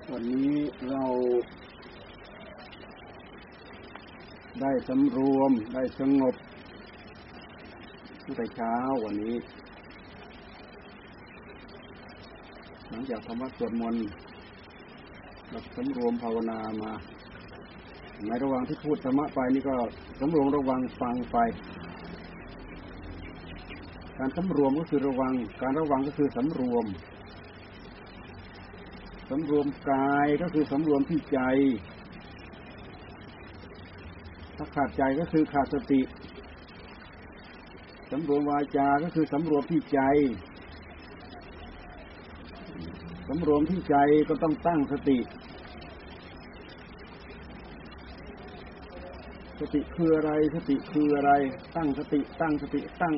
วันนี้เราได้สำรวมได้สงบตั้งแต่เช้าวันนี้หลังจากทำวัดสวดมนต์เราสำรวมภาวนามาในระหว่างที่พูดธรรมะไปนี่ก็สำรวมระวังฟังไปการสำรวมก็คือระวังการระวังก็คือสำรวมกายก็คือสำรวมที่ใจถ้าขาดใจก็คือขาดสติสำรวมวาจาก็คือสำรวมที่ใจสำรวมที่ใจก็ต้องตั้งสติสติคืออะไรสติคืออะไรตั้งสติตั้งสติตั้ง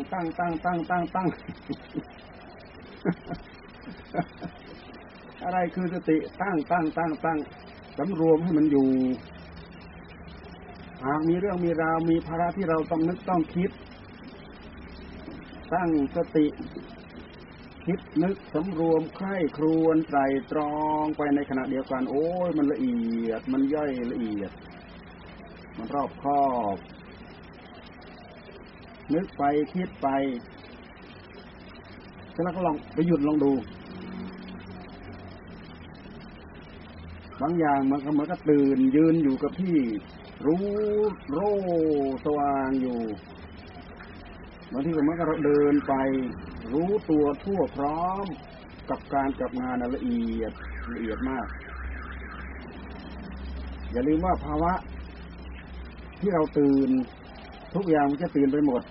อะไรคือสติตั้งสำรวมให้มันอยู่หากมีเรื่องมีราวมีภาระที่เราต้องนึกต้องคิดตั้งสติคิดนึกสำรวมใคร่ครวญไตร่ตรองไปในขณะเดียวกันโอ้ยมันละเอียดมันย่อยละเอียดมันรอบคอบนึกไปคิดไปแล้วก็ลองไปหยุดลองดูบางอย่างมันก็เหมือนกับตื่นยืนอยู่กับที่รู้โร่สว่างอยู่บางทีก็เหมือนกับเราเดินไปรู้ตัวทั่วพร้อมกับการกับงานละเอียดมากอย่าลืมว่าภาวะที่เราตื่นทุกอย่างมันจะตื่นไปหมด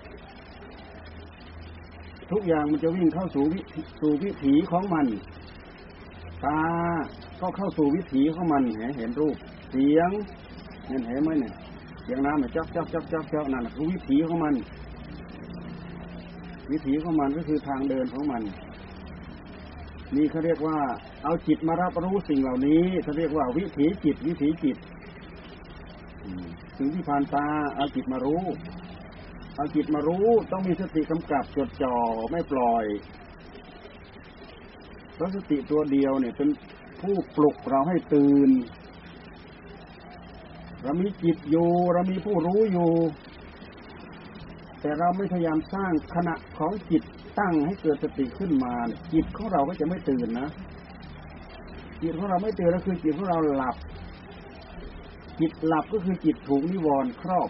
ทุกอย่างมันจะวิ่งเข้าสู่วิถีของมันตาก็เข้าสู่วิถีของมันเห็นรูปเสียงเห็นไหมเนี่ยเสียงน้ำมันจ๊อกนั่นคือวิถีของมันวิถีของมันก็คือทางเดินของมันนี่เขาเรียกว่าเอาจิตมารับรู้สิ่งเหล่านี้เขาเรียกว่าวิถีจิตสิ่งที่ผ่านตาเอาจิตมารู้ต้องมีสติกำกับจดจ่อไม่ปล่อยเพราะสติตัวเดียวเนี่ยเป็นผู้ปลุกเราให้ตื่นเรามีจิตอยู่เรามีผู้รู้อยู่แต่เราไม่พยายามสร้างขณะของจิตตั้งให้เกิดสติขึ้นมาจิตของเราก็จะไม่ตื่นนะจิตของเราไม่ตื่นก็คือจิตของเราหลับจิตหลับก็คือจิตถูกนิวรณ์ครอบ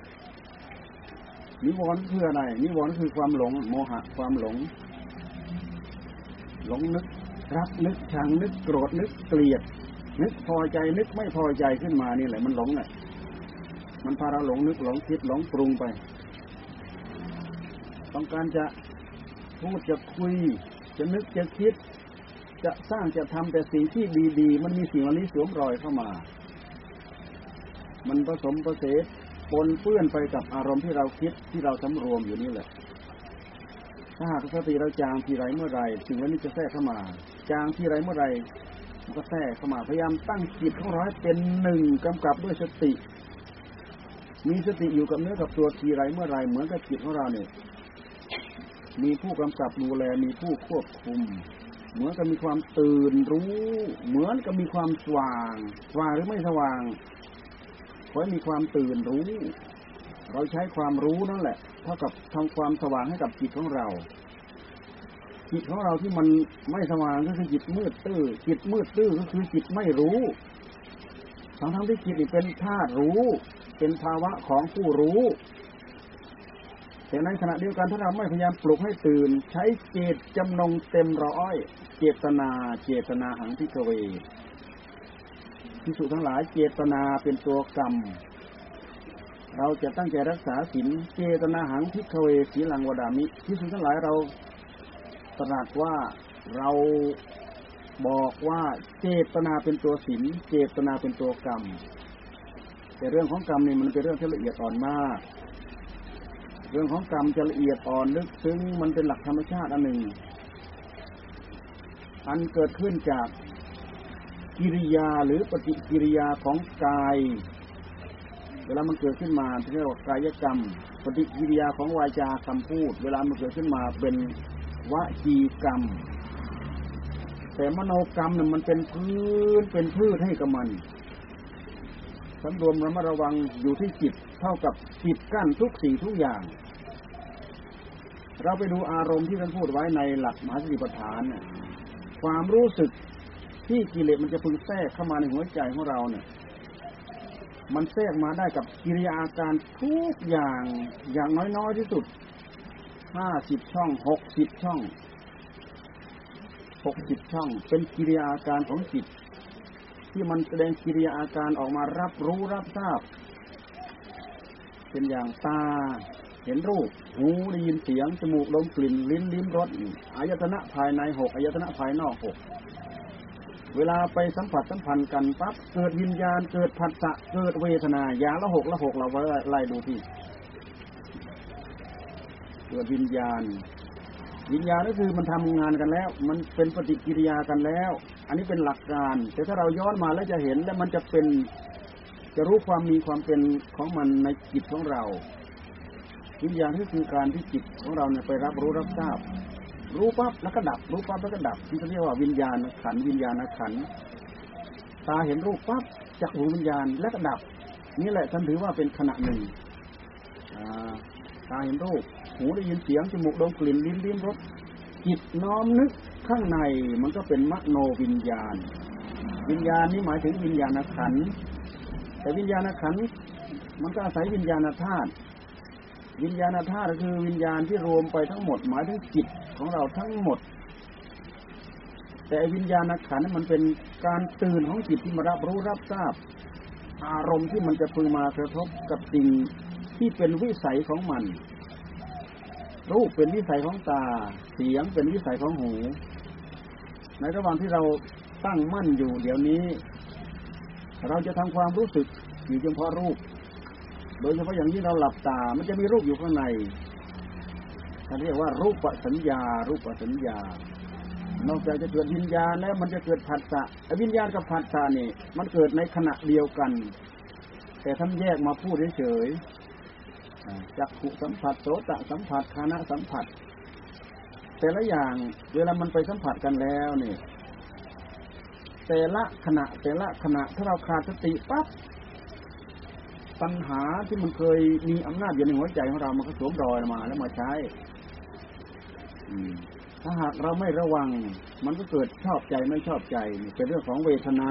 นิวรณ์คืออะไรนิวรณ์คือความหลงโมหะความหลงนึกรักนึกชังนึกโกรธนึกเกลียดนึกพอใจนึกไม่พอใจขึ้นมานี่แหละมันหลงน่ะมันพาเราหลงนึกหลงคิดหลงปรุงไปต้องการจะพูดจะคุยจะนึกจะคิดจะสร้างจะทำแต่สิ่งที่ดีๆมันมีสิ่งเหล่านี้สวมรอยเข้ามามันผสมผสานปนเปื้อนไปกับอารมณ์ที่เราคิดที่เราสำรวมอยู่นี่แหละถ้าหากสติเราจางทีไรเมื่อไรสิ่งเหล่านี้จะแทรกเข้ามาจางทีไรเมื่อไรมันก็แทรกเข้ามาพยายามตั้งจิตของเราให้เป็นหนึ่งกำกับด้วยสติมีสติอยู่กับเนื้อกับตัวทีไรเมื่อไรเหมือนกับจิตของเราเนี่ยมีผู้กำกับดูแลมีผู้ควบคุมเหมือนกับมีความตื่นรู้เหมือนกับมีความสว่างหรือไม่สว่างขอให้มีความตื่นรู้เราใช้ความรู้นั่นแหละเท่ากับทำความสว่างให้กับจิตของเราจิตของเราที่มันไม่สว่างก็คือจิตมืดตื้อจิตมืดตื้อก็คือจิตไม่รู้ทั้งที่จิตนี่เป็นธาตุรู้เป็นภาวะของผู้รู้แต่ในขณะเดียวกันถ้าเราไม่พยายามปลุกให้ตื่นใช้เจตจำนงเต็มร้อยเจตนาหังภิกขเวภิกษุทั้งหลายเจตนาเป็นตัวกรรมเราจะตั้งใจรักษาศีลเจตนาหังภิกขเวสีลังวดามิภิกษุทั้งหลายเราตรัสว่าเราบอกว่าเจตนาเป็นตัวศีลเจตนาเป็นตัวกรรมแต่เรื่องของกรรมนี่มันเป็นเรื่องที่ละเอียดอ่อนมากเรื่องของกรรมจะละเอียดอ่อนลึกซึ้งมันเป็นหลักธรรมชาติอันหนึ่งอันเกิดขึ้นจากกิริยาหรือปฏิกิริยาของกายเวลามันเกิดขึ้นมาเรียกว่ากายกรรมปฏิกิริยาของวาจาคำพูดเวลามันเกิดขึ้นมาเป็นวจีกรรมแต่มโนกรรมเนี่ยมันเป็นเป็นพืชให้กับมันสำรวมระมัดระวังอยู่ที่จิตเท่ากับจิตกั้นทุกสิ่งทุกอย่างเราไปดูอารมณ์ที่ท่านพูดไว้ในหลักมหาสติปัฏฐานเนี่ยความรู้สึกที่กิเลสมันจะพึงแทรกเข้ามาในหัวใจของเราเนี่ยมันแทรกมาได้กับกิริยาอาการทุกอย่างอย่างน้อยๆที่สุด50 ช่อง60 ช่อง60 ช่องเป็นกิริยาอาการของจิตที่มันแสดงกิริยาอาการออกมารับรู้รับทราบเป็นอย่างตาเห็นรูปหูได้ยินเสียงจมูกดมกลิ่นลิ้นลิ้มรสอายตนะภายใน6อายตนะภายนอก6เวลาไปสัมผัสสัมพันธ์กันปั๊บเกิดวิญญาณเกิดผัสสะเกิดเวทนาอย่างละ6เราไล่ดูที่เกิดวิญญาณก็คือมันทำงานกันแล้วมันเป็นปฏิกิริยากันแล้วอันนี้เป็นหลักการแต่ถ้าเราย้อนมาแล้วจะเห็นและมันจะรู้ความมีความเป็นของมันในจิตของเราวิญญาณก็คือการที่จิตของเราเนี่ยไปรับรู้รับทราบรู้ปั๊บแล้วก็ดับรู้ปั๊บแล้วก็ดับที่เรียกว่าวิญญาณขันธ์วิญญาณขันธ์ตาเห็นรูปปั๊บจักหูวิญญาณแล้วก็ดับนี่แหละท่านถือว่าเป็นขณะหนึ่งตาเห็นรูปหูได้ยินเสียงจมูกดมกลิ่นลิ้นลิ้มรสจิตน้อมนึกข้างในมันก็เป็นมโนวิญญาณนี้หมายถึงวิญญาณขันธ์แต่วิญญาณขันธ์มันก็อาศัยวิญญาณธาตุก็คือวิญญาณที่รวมไปทั้งหมดหมายถึงจิตของเราทั้งหมดแต่วิญญาณขันธ์นั้นมันเป็นการตื่นของจิตที่มารับรู้รับทราบอารมณ์ที่มันจะพึงมากระทบกับสิ่งที่เป็นวิสัยของมันรูปเป็นวิสัยของตาเสียงเป็นวิสัยของหูในระหว่างที่เราตั้งมั่นอยู่เดี๋ยวนี้เราจะทำความรู้สึกอยู่เฉพาะรูปโดยเฉพาะอย่างที่เราหลับตามันจะมีรูปอยู่ข้างในท่านเรียกว่ารูปสัญญานอกจากจะเกิดวิญญาณแล้วมันจะเกิดผัสสะวิญญาณกับผัสสะนี่มันเกิดในขณะเดียวกันแต่ท่านแยกมาพูดเฉยๆจักขุสัมผัสโสตสัมผัสฆานะสัมผัสแต่ละอย่างเวลามันไปสัมผัสกันแล้วนี่แต่ละขณะถ้าเราขาดสติปั๊บปัญหาที่มันเคยมีอำนาจอยู่ในหัวใจของเรามันก็สวมรอยมาแล้วมาใช้ถ้าหากเราไม่ระวังมันก็เกิดชอบใจไม่ชอบใจนี่เป็นเรื่องของเวทนา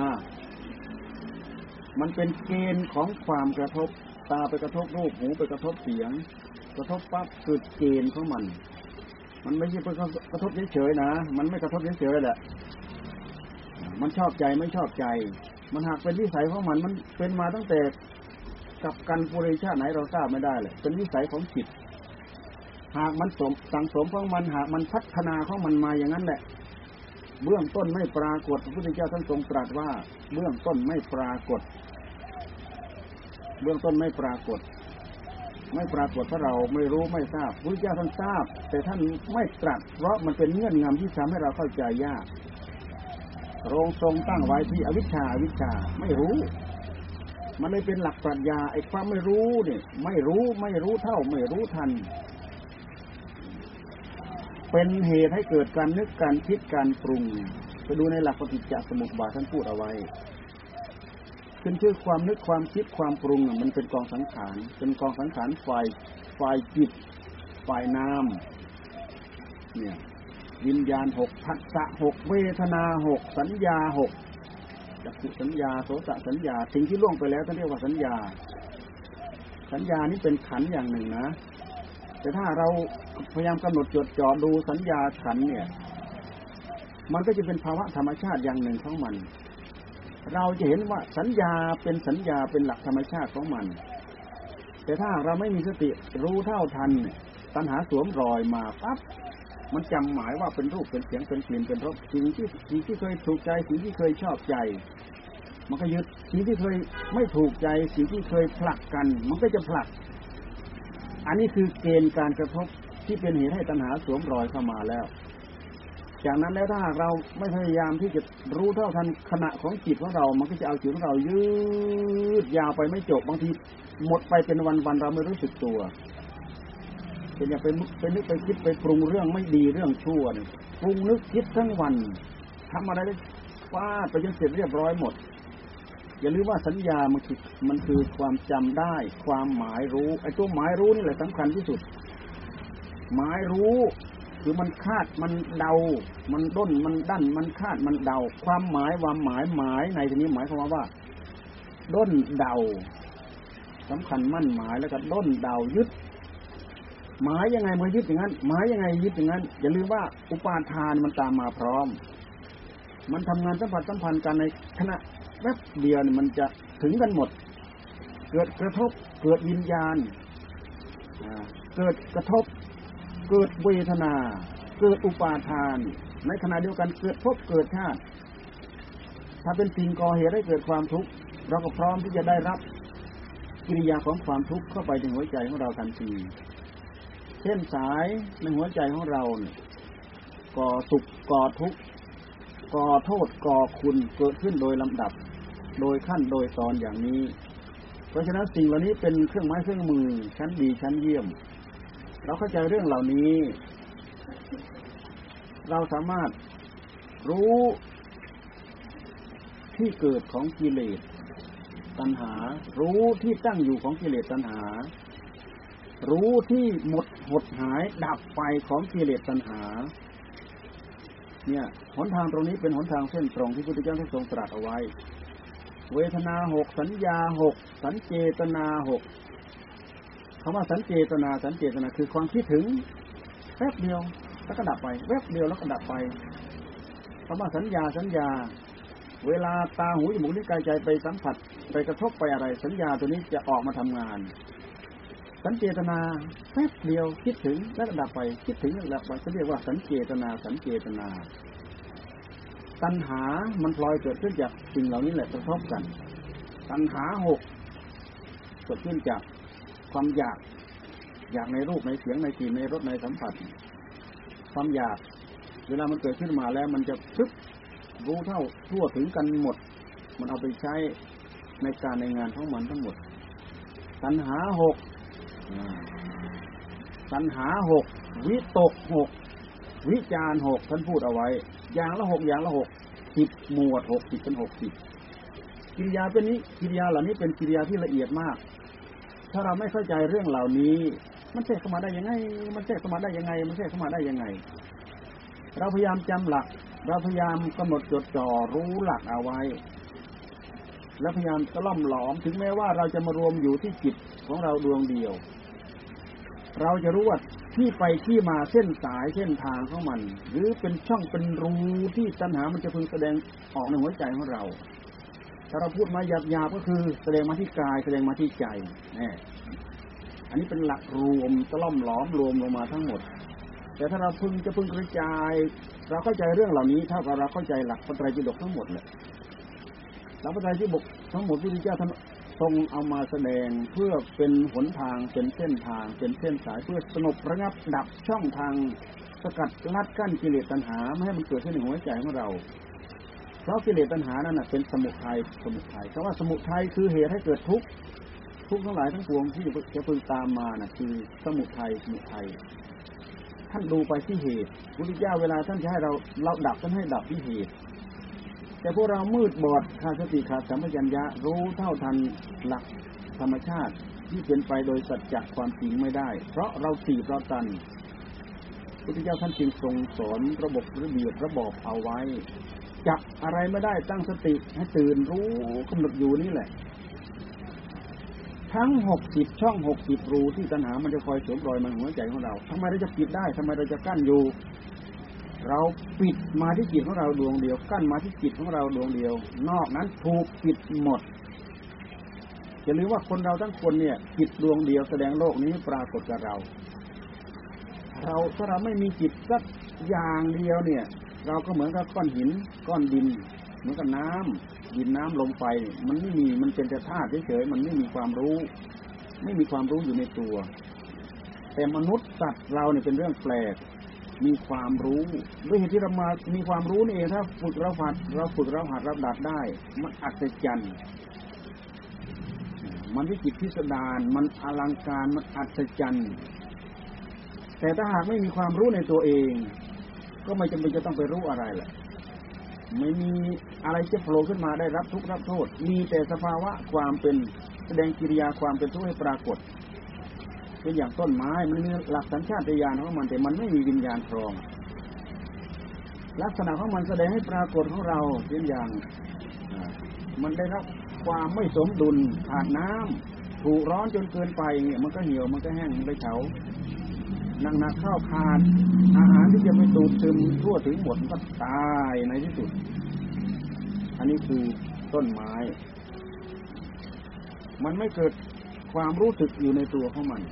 มันเป็นเกณฑ์ของความกระทบตาไปกระทบรูปหูไปกระทบเสียงกระทบปั๊บเกิดเกณฑ์ของมันไม่ใช่กระทบเฉยๆนะมันไม่กระทบเฉยๆแหละมันชอบใจไม่ชอบใจมันหากเป็นวิสัยของมันเป็นมาตั้งแต่กับกันปุริชาติไหนเราทราบไม่ได้เลยเป็นวิสัยของจิตหากมันสั่งสมของมันหากมันพัฒนาของมันมาอย่างนั้นแหละเบื้องต้นไม่ปรากฏพระพุทธเจ้าท่านทรงตรัสว่าเบื้องต้นไม่ปรากฏเพราะเราไม่รู้ไม่ทราบพระพุทธเจ้าท่านทราบแต่ท่านไม่ตรัสเพราะมันเป็นเงื่อนงำที่ทำให้เราเข้าใจยากทรงตั้งไว้ที่อวิชชาไม่รู้มันเลยเป็นหลักปรัชญาไอ้ความไม่รู้เนี่ยไม่รู้เท่าไม่รู้ทันเป็นเหตุให้เกิดการนึกการคิดการปรุงไปดูในหลักปฏิจจสมุปบาทท่านพูดเอาไว้ขึ้นชื่อความนึกความคิดความปรุงมันเป็นกองสังขารฝ่ายจิตฝ่ายนามเนี่ยวิญญาณ6ผัสสะ6เวทนา6สัญญา6จักขุสัญญาโสตสัญญาสิ่งที่ล่วงไปแล้วท่านเรียกว่าสัญญานี้เป็นขันธ์อย่างหนึ่งนะแต่ถ้าเราพยายามกำหนดจดจ่อดูสัญญาขันธ์เนี่ยมันก็จะเป็นภาวะธรรมชาติอย่างหนึ่งของมันเราจะเห็นว่าสัญญาเป็นหลักธรรมชาติของมันแต่ถ้าเราไม่มีสติรู้เท่าทันตัณหาสวมรอยมาปั๊บมันจำหมายว่าเป็นรูปเป็นเสียงเป็นกลิ่นเป็นรสสิ่งที่เคยถูกใจสิ่งที่เคยชอบใจมันก็ยึดสิ่งที่เคยไม่ถูกใจสิ่งที่เคยผลักกันมันก็จะผลักอันนี้คือเกณฑ์การกระทบที่เป็นเหตุให้ตัณหาสวมรอยเข้ามาแล้วจากนั้นแล้วถ้าเราไม่พยายามที่จะรู้เท่าทันขณะของจิตของเรามันก็จะเอาจิตของเรายืดยาวไปไม่จบบางทีหมดไปเป็นวันๆเราไม่รู้สึกตัวเป็นอย่างไปนึกไปคิดไปปรุงเรื่องไม่ดีเรื่องชั่วเนี่ยปรุงนึกคิดทั้งวันทำอะไรได้ฟาดไปจนเสร็จเรียบร้อยหมดอย่าลืมว่าสัญญามันคือความจำได้ความหมายรู้ไอ้ตัวหมายรู้นี่แหละสำคัญที่สุดหมายรู้คือมันคาดมันเดามันด้นมันดั้นมันคาดมันเดาความหมายหมายในที่นี้หมายความว่าด้นเดาสำคัญมั่นหมายแล้วก็ด้นเดายึดหมายยังไงมันยึดอย่างนั้นหมายยังไงยึดอย่างนั้นอย่าลืมว่าอุปาทานมันตามมาพร้อมมันทำงานสัมพันธ์กันในขณะแวบเดียวมันจะถึงกันหมดเกิดกระทบเกิดวิญญาณเกิดกระทบเกิดเวทนาเกิดอุปาทานในขณะเดียวกันเกิดภพเกิดชาติถ้าเป็นสิ่งก่อเหตุให้เกิดความทุกข์เราก็พร้อมที่จะได้รับกิริยาของความทุกข์เข้าไปในหัวใจของเราทันทีเส้นสายในหัวใจของเราก่อสุขก่อทุกข์ก่อโทษก่อคุณเกิดขึ้นโดยลำดับโดยขั้นโดยตอนอย่างนี้เพราะฉะนั้นสิ่งเหล่านี้เป็นเครื่องไม้เครื่องมือชั้นดีชั้นเยี่ยมเราเข้าใจเรื่องเหล่านี้เราสามารถรู้ที่เกิดของกิเลสตัณหารู้ที่ตั้งอยู่ของกิเลสตัณหารู้ที่หมดหดหายดับไปของกิเลสตัณหาเนี่ยหนทางตรงนี้เป็นหนทางเส้นตรงที่พุทธเจ้าทรงตรัสเอาไว้เวทนา6สัญญา6สัญเจตนา6คำว่าสัญเจตนาคือความคิดถึงแป๊บเดียวแล้วก็ดับไปแป๊บเดียวแล้วก็ดับไปคำว่าสัญญาเวลาตาหูจมูกลิ้นกายใจไปสัมผัสไปกระทบไปอะไรสัญญาตัวนี้จะออกมาทำงานสัญเจตนาแป๊บเดียวคิดถึงแล้วก็ดับไปคิดถึงแล้วดับไปจะเรียกว่าสัญเจตนาตัณหามันพลอยเกิดขึ้นจากสิ่งเหล่านี้แหละกระทบกันตัณหา6เกิดขึ้นจากความอยากในรูปในเสียงในกลิ่นในรสในสัมผัสความอยากเวลามันเกิดขึ้นมาแล้วมันจะพึบรู้เท่าทั่วถึงกันหมดมันเอาไปใช้ในการในงานของมันทั้งหมดตัณหา6วิตก6วิจาร6ท่านพูดเอาไว้อย่างละ6 10หมวด60เป็น60กิริยาเป็นนี้กิริยาเหล่านี้เป็นกิริยาที่ละเอียดมากถ้าเราไม่เข้าใจเรื่องเหล่านี้มันแทรกเข้ามาได้ยังไงเราพยายามจำหลักเราพยายามกำหนดจดจ่อรู้หลักเอาไว้แล้วพยายามตะล่อมหลอมถึงแม้ว่าเราจะมารวมอยู่ที่จิตของเราดวงเดียวเราจะรู้ว่าที่ไปที่มาเส้นสายเส้นทางของมันหรือเป็นช่องเป็นรูที่ตัณหามันจะพึงแสดงออกในหัวใจของเราถ้าเราพูดมาหยาบๆก็คือแสดงมาที่กายแสดงมาที่ใจอันนี้เป็นหลักรวมตะล่อมหลอมรวมลงมาทั้งหมดแต่ถ้าเราพึงกระจายเราเข้าใจเรื่องเหล่านี้เท่ากับเราเข้าใจหลักพระไตรปิฎกทั้งหมดแหละหลักพระไตรปิฎกทั้งหมดที่พระเจ้าท่านทรงเอามาแสดงเพื่อเป็นหนทางเป็นเส้นทางเป็นเส้นสายเพื่อสงบระงับดับช่องทางสกัดลัดกั้นกิเลสตัณหาไม่ให้มันเกิดขึ้นในหัวใจของเราเพราะกิเลสตัณหานั่นเป็นสมุทัยเพราะว่าสมุทัยคือเหตุให้เกิดทุกข์ทั้งหลายทั้งปวงที่จะพึงตามมาคือสมุทัยท่านดูไปที่เหตุพุทธเจ้าเวลาท่านจะให้เราดับท่านให้ดับที่เหตุแต่พวกเรามืดบอดขาดสติขาดสัมปชัญญะรู้เท่าทันหลักธรรมชาติที่เป็นไปโดยสัจจะความจริงไม่ได้เพราะเราตีเราตันพุทธเจ้าท่านจึงทรงสอนระบบระเบียบระบอบเอาไว้จับอะไรไม่ได้ตั้งสติให้ตื่นรู้กำหนดอยู่นี่แหละทั้ง60ช่อง60รูที่ตัณหามันจะคอยสวมรอยมาหัวใจของเราทำไมเราจะปิดได้ทำไมเราจะกั้นอยู่เราปิดมาที่จิตของเราดวงเดียวกั้นมาที่จิตของเราดวงเดียวนอกนั้นถูกปิดหมดอย่าลืมว่าคนเราทั้งคนเนี่ยจิตดวงเดียวแสดงโลกนี้ปรากฏกับเราถ้าเราไม่มีจิตสักอย่างเดียวเนี่ยเราก็เหมือนกับก้อนหินก้อนดินเหมือนกับน้ำดินน้ำลมไฟมันไม่มีมันเป็นแต่ธาตุเฉยๆมันไม่มีความรู้อยู่ในตัวแต่มนุษย์สัตว์เราเนี่ยเป็นเรื่องแปลกมีความรู้ด้วยเหตุที่เรามามีความรู้นี่เองถ้าฝึกเราหัดเราดัดได้มันอัศจรรย์มันวิจิตรพิสดารมันอลังการมันอัศจรรย์แต่ถ้าหากไม่มีความรู้ในตัวเองก็ไม่จำเป็นจะต้องไปรู้อะไรแหละไม่มีอะไรจะโผล่ขึ้นมาได้รับทุกข์รับโทษมีแต่สภาวะความเป็นแสดงกิริยาความเป็นทุกข์ให้ปรากฏเป็นอย่างต้นไม้มันมีหลักสัญชาตญาณของมันแต่มันไม่มีวิญญาณครองลักษณะของมันแสดงให้ปรากฏของเราเป็นอย่างมันได้รับความไม่สมดุลขาดน้ำถูกร้อนจนเกินไปเนี่ยมันก็เหี่ยวมันก็แห้งมันก็เฉาหนักๆเข้าขาดอาหารที่จะไปดูดซึมทั่วถึงหมดมันก็ตายในที่สุดอันนี้คือต้นไม้มันไม่เกิดความรู้สึกอยู่ในตัวของมัน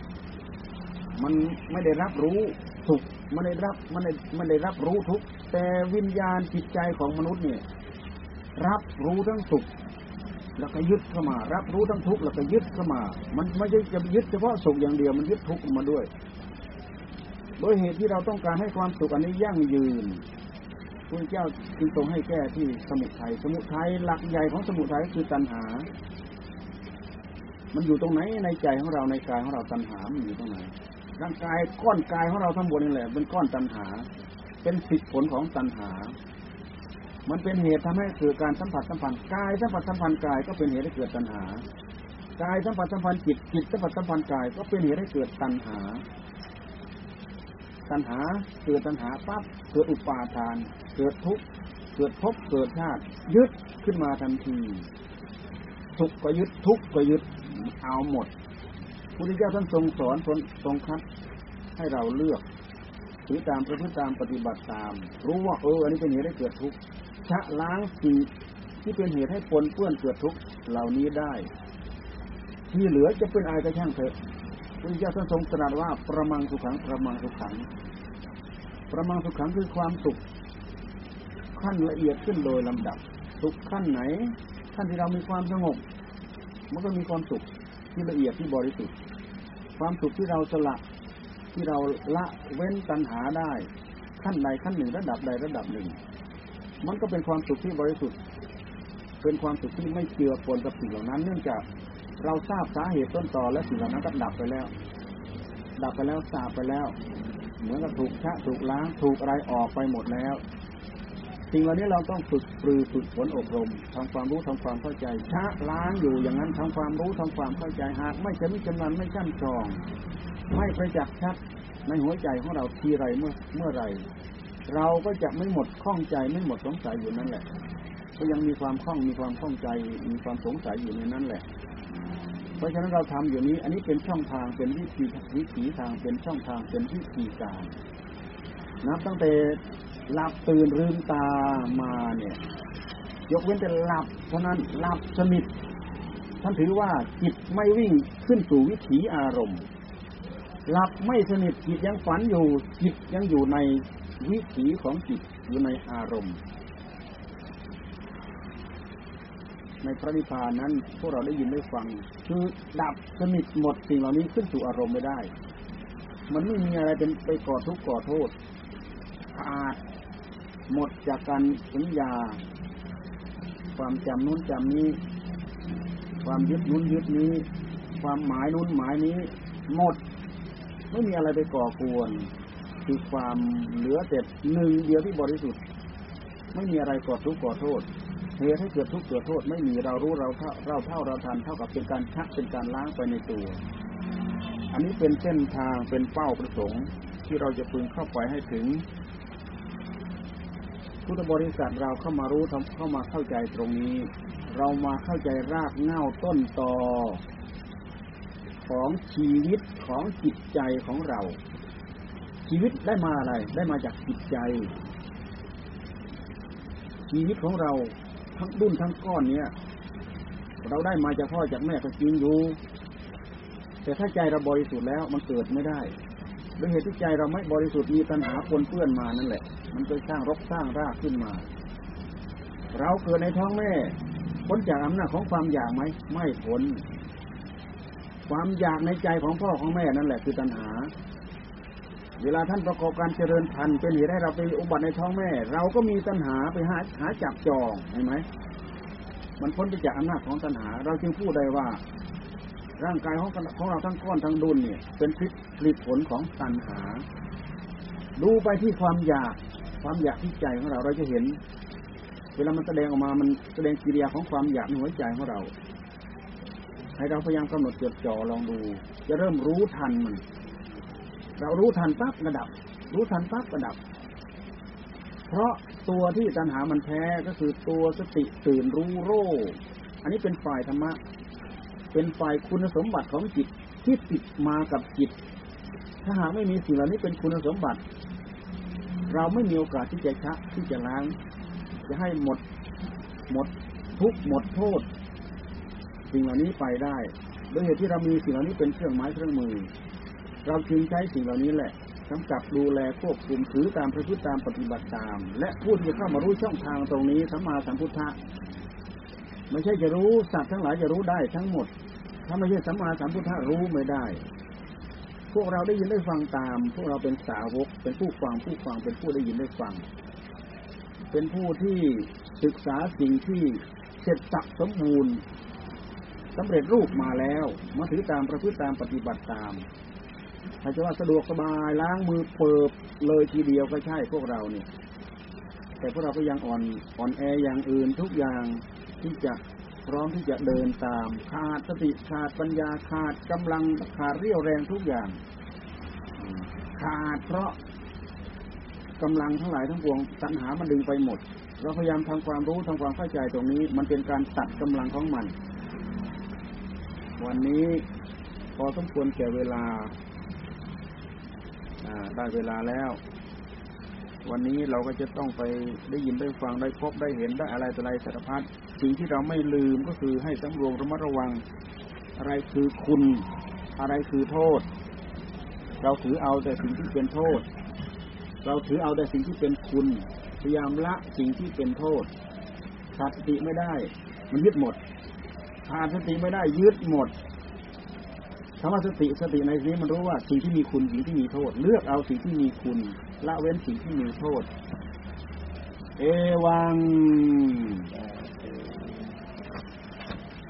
ไม่ได้รับรู้สุขไม่ได้รับรู้ทุกข์แต่วิญญาณจิตใจของมนุษย์เนี่ยรับรู้ทั้งสุขแล้วก็ยึดเข้ามารับรู้ทั้งทุกข์แล้วก็ยึดเข้ามามันไม่ใช่จะยึดเฉพาะสุขอย่างเดียวมันยึดทุกข์มาด้วยโดยเหตุที่เราต้องการให้ความสุขอันนี้ยั่งยืนพระเจ้าจึงทรงให้แก้ที่สมุทัยหลักใหญ่ของสมุทัยคือตัณหามันอยู่ตรงไหนในใจของเราในกายของเราตัณหามันอยู่ตรงไหนร่างกายก้อนกายของเราทั้งหมดนี่แหละเป็นก้อนตัณหาเป็นผลของตัณหามันเป็นเหตุทำให้เกิดการสัมผัสสัมพันธ์กายสัมผัสสัมพันธ์กายก็เป็นเหตุให้เกิดตัณหากายสัมผัสสัมพันธ์จิตสัมผัสสัมพันธ์กายก็เป็นเหตุให้เกิดตัณหาเกิดตัณหาปั๊บเกิดอุปาทานเกิดทุกข์เกิดภพเกิดชาติยึดขึ้นมาทันทีสุขก็ยึดทุกข์ก็ยึดเอาหมดพระพุทธเจ้าท่านทรงสอนทรงคัดให้เราเลือกถือตามประพฤติตามปฏิบัติตามรู้ว่าอันนี้เป็นเหตุให้เกิดทุกข์ชะล้างสิ่งที่เป็นเหตุให้ปนเปื้อนเกิดทุกข์เหล่านี้ได้ที่เหลือจะเป็นอะไรก็ช่างเถอะพระพุทธเจ้าท่านทรงตรัสว่าประมังสุขังประมังสุขังประมังสุขังคือความสุขขั้นละเอียดขึ้นโดยลำดับสุขขั้นไหนขั้นที่เรามีความสงบมันก็มีความสุขที่ละเอียดที่บริสุทธิ์ความสุขที่เราสละที่เราละเว้นตัณหาได้ขั้นใดขั้นหนึ่งระดับใดระดับหนึ่งมันก็เป็นความสุขที่บริสุทธิ์เป็นความสุขที่ไม่เจือปนกับสิ่งเหล่านั้นเนื่องจากเราทราบสาเหตุต้นตอและสิ่งเหล่านั้นก็ดับไปแล้วทราบไปแล้วเหมือนกับถูกล้างถูกอะไรออกไปหมดแล้วสิ่งเหล่านี้เราต้องฝึกฝนอบรมทำความรู้ทำความเข้าใจชะล้างอยู่อย่างนั้นทำความรู้ทำความเข้าใจหากไม่ชำนิชำนาญไม่ช่ำชองไม่ประจักษ์ชัดในหัวใจของเราทีไรเมื่อไรเราก็จะไม่หมดข้องใจไม่หมดสงสัยอยู่นั่นแหละก็ยังมีความข้องใจมีความสงสัยอยู่ในนั้นแหละเพราะฉะนั้นเราทำอยู่นี้อันนี้เป็นช่องทางเป็นวิถีทางเป็นช่องทางเป็นวิธีการนับตั้งแต่หลับตื่นลืมตามาเนี่ยยกเว้นแต่หลับเท่านั้นหลับสนิทท่านถือว่าจิตไม่วิ่งขึ้นสู่วิถีอารมณ์หลับไม่สนิทจิตยังฝันอยู่จิตยังอยู่ในวิถีของจิตอยู่ในอารมณ์ในพระนิพพานนั้นพวกเราได้ยินได้ฟังคือดับสนิทหมดสิ่งเหล่านี้ขึ้นสู่อารมณ์ไม่ได้มันไม่มีอะไรเป็นไปก่อทุกข์ก่อโทษขาดหมดจากการสัญญาความจำนู้นจำนี้ความยึดนู้นยึดนี้ความหมายนู้นหมายนี้หมดไม่มีอะไรไปก่อกวนคือความเหลือแต่หนึ่งเดียวที่บริสุทธิ์ไม่มีอะไรก่อทุกข์ก่อโทษเหตุให้เกิดทุกข์เกิดโทษไม่มีเรารู้เราเท่าเราทันเท่ากับเป็นการชักเป็นการล้างไปในตัวอันนี้เป็นเส้นทางเป็นเป้าประสงค์ที่เราจะพึงเข้าไปให้ถึงพุทธบริษัทเราเข้ามารู้เข้ามาเข้าใจตรงนี้เรามาเข้าใจรากเหง้าต้นตอของชีวิตของจิตใจของเราชีวิตได้มาอะไรได้มาจากจิตใจชีวิตของเราทั้งดุ้นทั้งก้อนเนี้ยเราได้มาจากพ่อจากแม่ก็จริงอยู่แต่ถ้าใจเราบริสุทธิ์แล้วมันเกิดไม่ได้ด้วยเหตุที่ใจเราไม่บริสุทธิ์มีตัณหาปนเปื้อนมานั่นแหละมันก็สร้างรกสร้างรากขึ้นมาเราเกิดในท้องแม่พ้นจากอำนาจของความอยากไหมไม่พ้นความอยากในใจของพ่อของแม่นั่นแหละคือตัณหาเวลาท่านประกอบการเจริญพันธุ์เป็นเหตุให้เราไปอุบัติในท้องแม่เราก็มีตัณหาไปหาจับจองเห็นไหมมันพ้นไปจากอำนาจของตัณหาเราจึงพูดได้ว่าร่างกายของเราทั้งก้อนทั้งดุลเนี่ยเป็นผลผลของตัณหาดูไปที่ความอยากที่ใจของเราจะเห็นเวลามันแสดงออกมามันแสดงกิริยาของความอยากในหัวใจของเราให้เราพยายามกำหนดจดจ่อลองดูจะเริ่มรู้ทันมันเรารู้ทันปั๊บกระดับรู้ทันปั๊บกระดับเพราะตัวที่ตัณหามันแพ้ก็คือตัวสติตื่นรู้โรอันนี้เป็นฝ่ายธรรมะเป็นฝ่ายคุณสมบัติของจิตที่ติดมากับจิตถ้าหากไม่มีสิ่งเหล่านี้เป็นคุณสมบัติเราไม่มีโอกาสที่จะชะที่จะล้างจะให้หมดทุกข์หมดโทษสิ่งเหล่านี้ไปได้โดยเหตุที่เรามีสิ่งเหล่านี้เป็นเครื่องไม้เครื่องมือเราจึงใช้สิ่งเหล่านี้แหละกำกับดูแลควบคุมถือตามประพฤติตามปฏิบัติตามและผู้ที่จะเข้ามารู้ช่องทางตรงนี้สัมมาสัมพุทธะไม่ใช่จะรู้สัตว์ทั้งหลายจะรู้ได้ทั้งหมดถ้าไม่ใช่สัมมาสัมพุทธะรู้ไม่ได้พวกเราได้ยินได้ฟังตามพวกเราเป็นสาวกเป็นผู้ฟังเป็นผู้ได้ยินได้ฟังเป็นผู้ที่ศึกษาสิ่งที่เสร็จสับสมบูรณ์สำเร็จรูปมาแล้วมาถือตามประพฤติตามปฏิบัติตามถ้าจะว่าสะดวกสบายล้างมือเปิบเลยทีเดียวก็ใช่พวกเราเนี่ยแต่พวกเราก็ยังอ่อนแออย่างอื่นทุกอย่างที่จะพร้อมที่จะเดินตามขาดสติขาดปัญญาขาดกำลังขาดเรี่ยวแรงทุกอย่างขาดเพราะกำลังทั้งหลายทั้งปวงตัณหามันดึงไปหมดเราพยายามทำความรู้ทำความเข้าใจตรงนี้มันเป็นการตัดกำลังของมันวันนี้พอสมควรแก่เวลาได้เวลาแล้ววันนี้เราก็จะต้องไปได้ยินได้ฟังได้พบได้เห็นได้อะไรต่ออะไรสารพัดสิ่งที่เราไม่ลืมก็คือให้สำรวมระมัดระวังอะไรคือคุณอะไรคือโทษเราถือเอาแต่สิ่งที่เป็นโทษเราถือเอาแต่สิ่งที่เป็นคุณพยายามละสิ่งที่เป็นโทษขาดสติไม่ได้มันยึดหมดขาดสติไม่ได้ยึดหมดคำว่าสติในที่นี้มันรู้ว่าสิ่งที่มีคุณสิ่งที่มีโทษเลือกเอาสิ่งที่มีคุณละเว้นสิ่งที่มีโทษเอวัง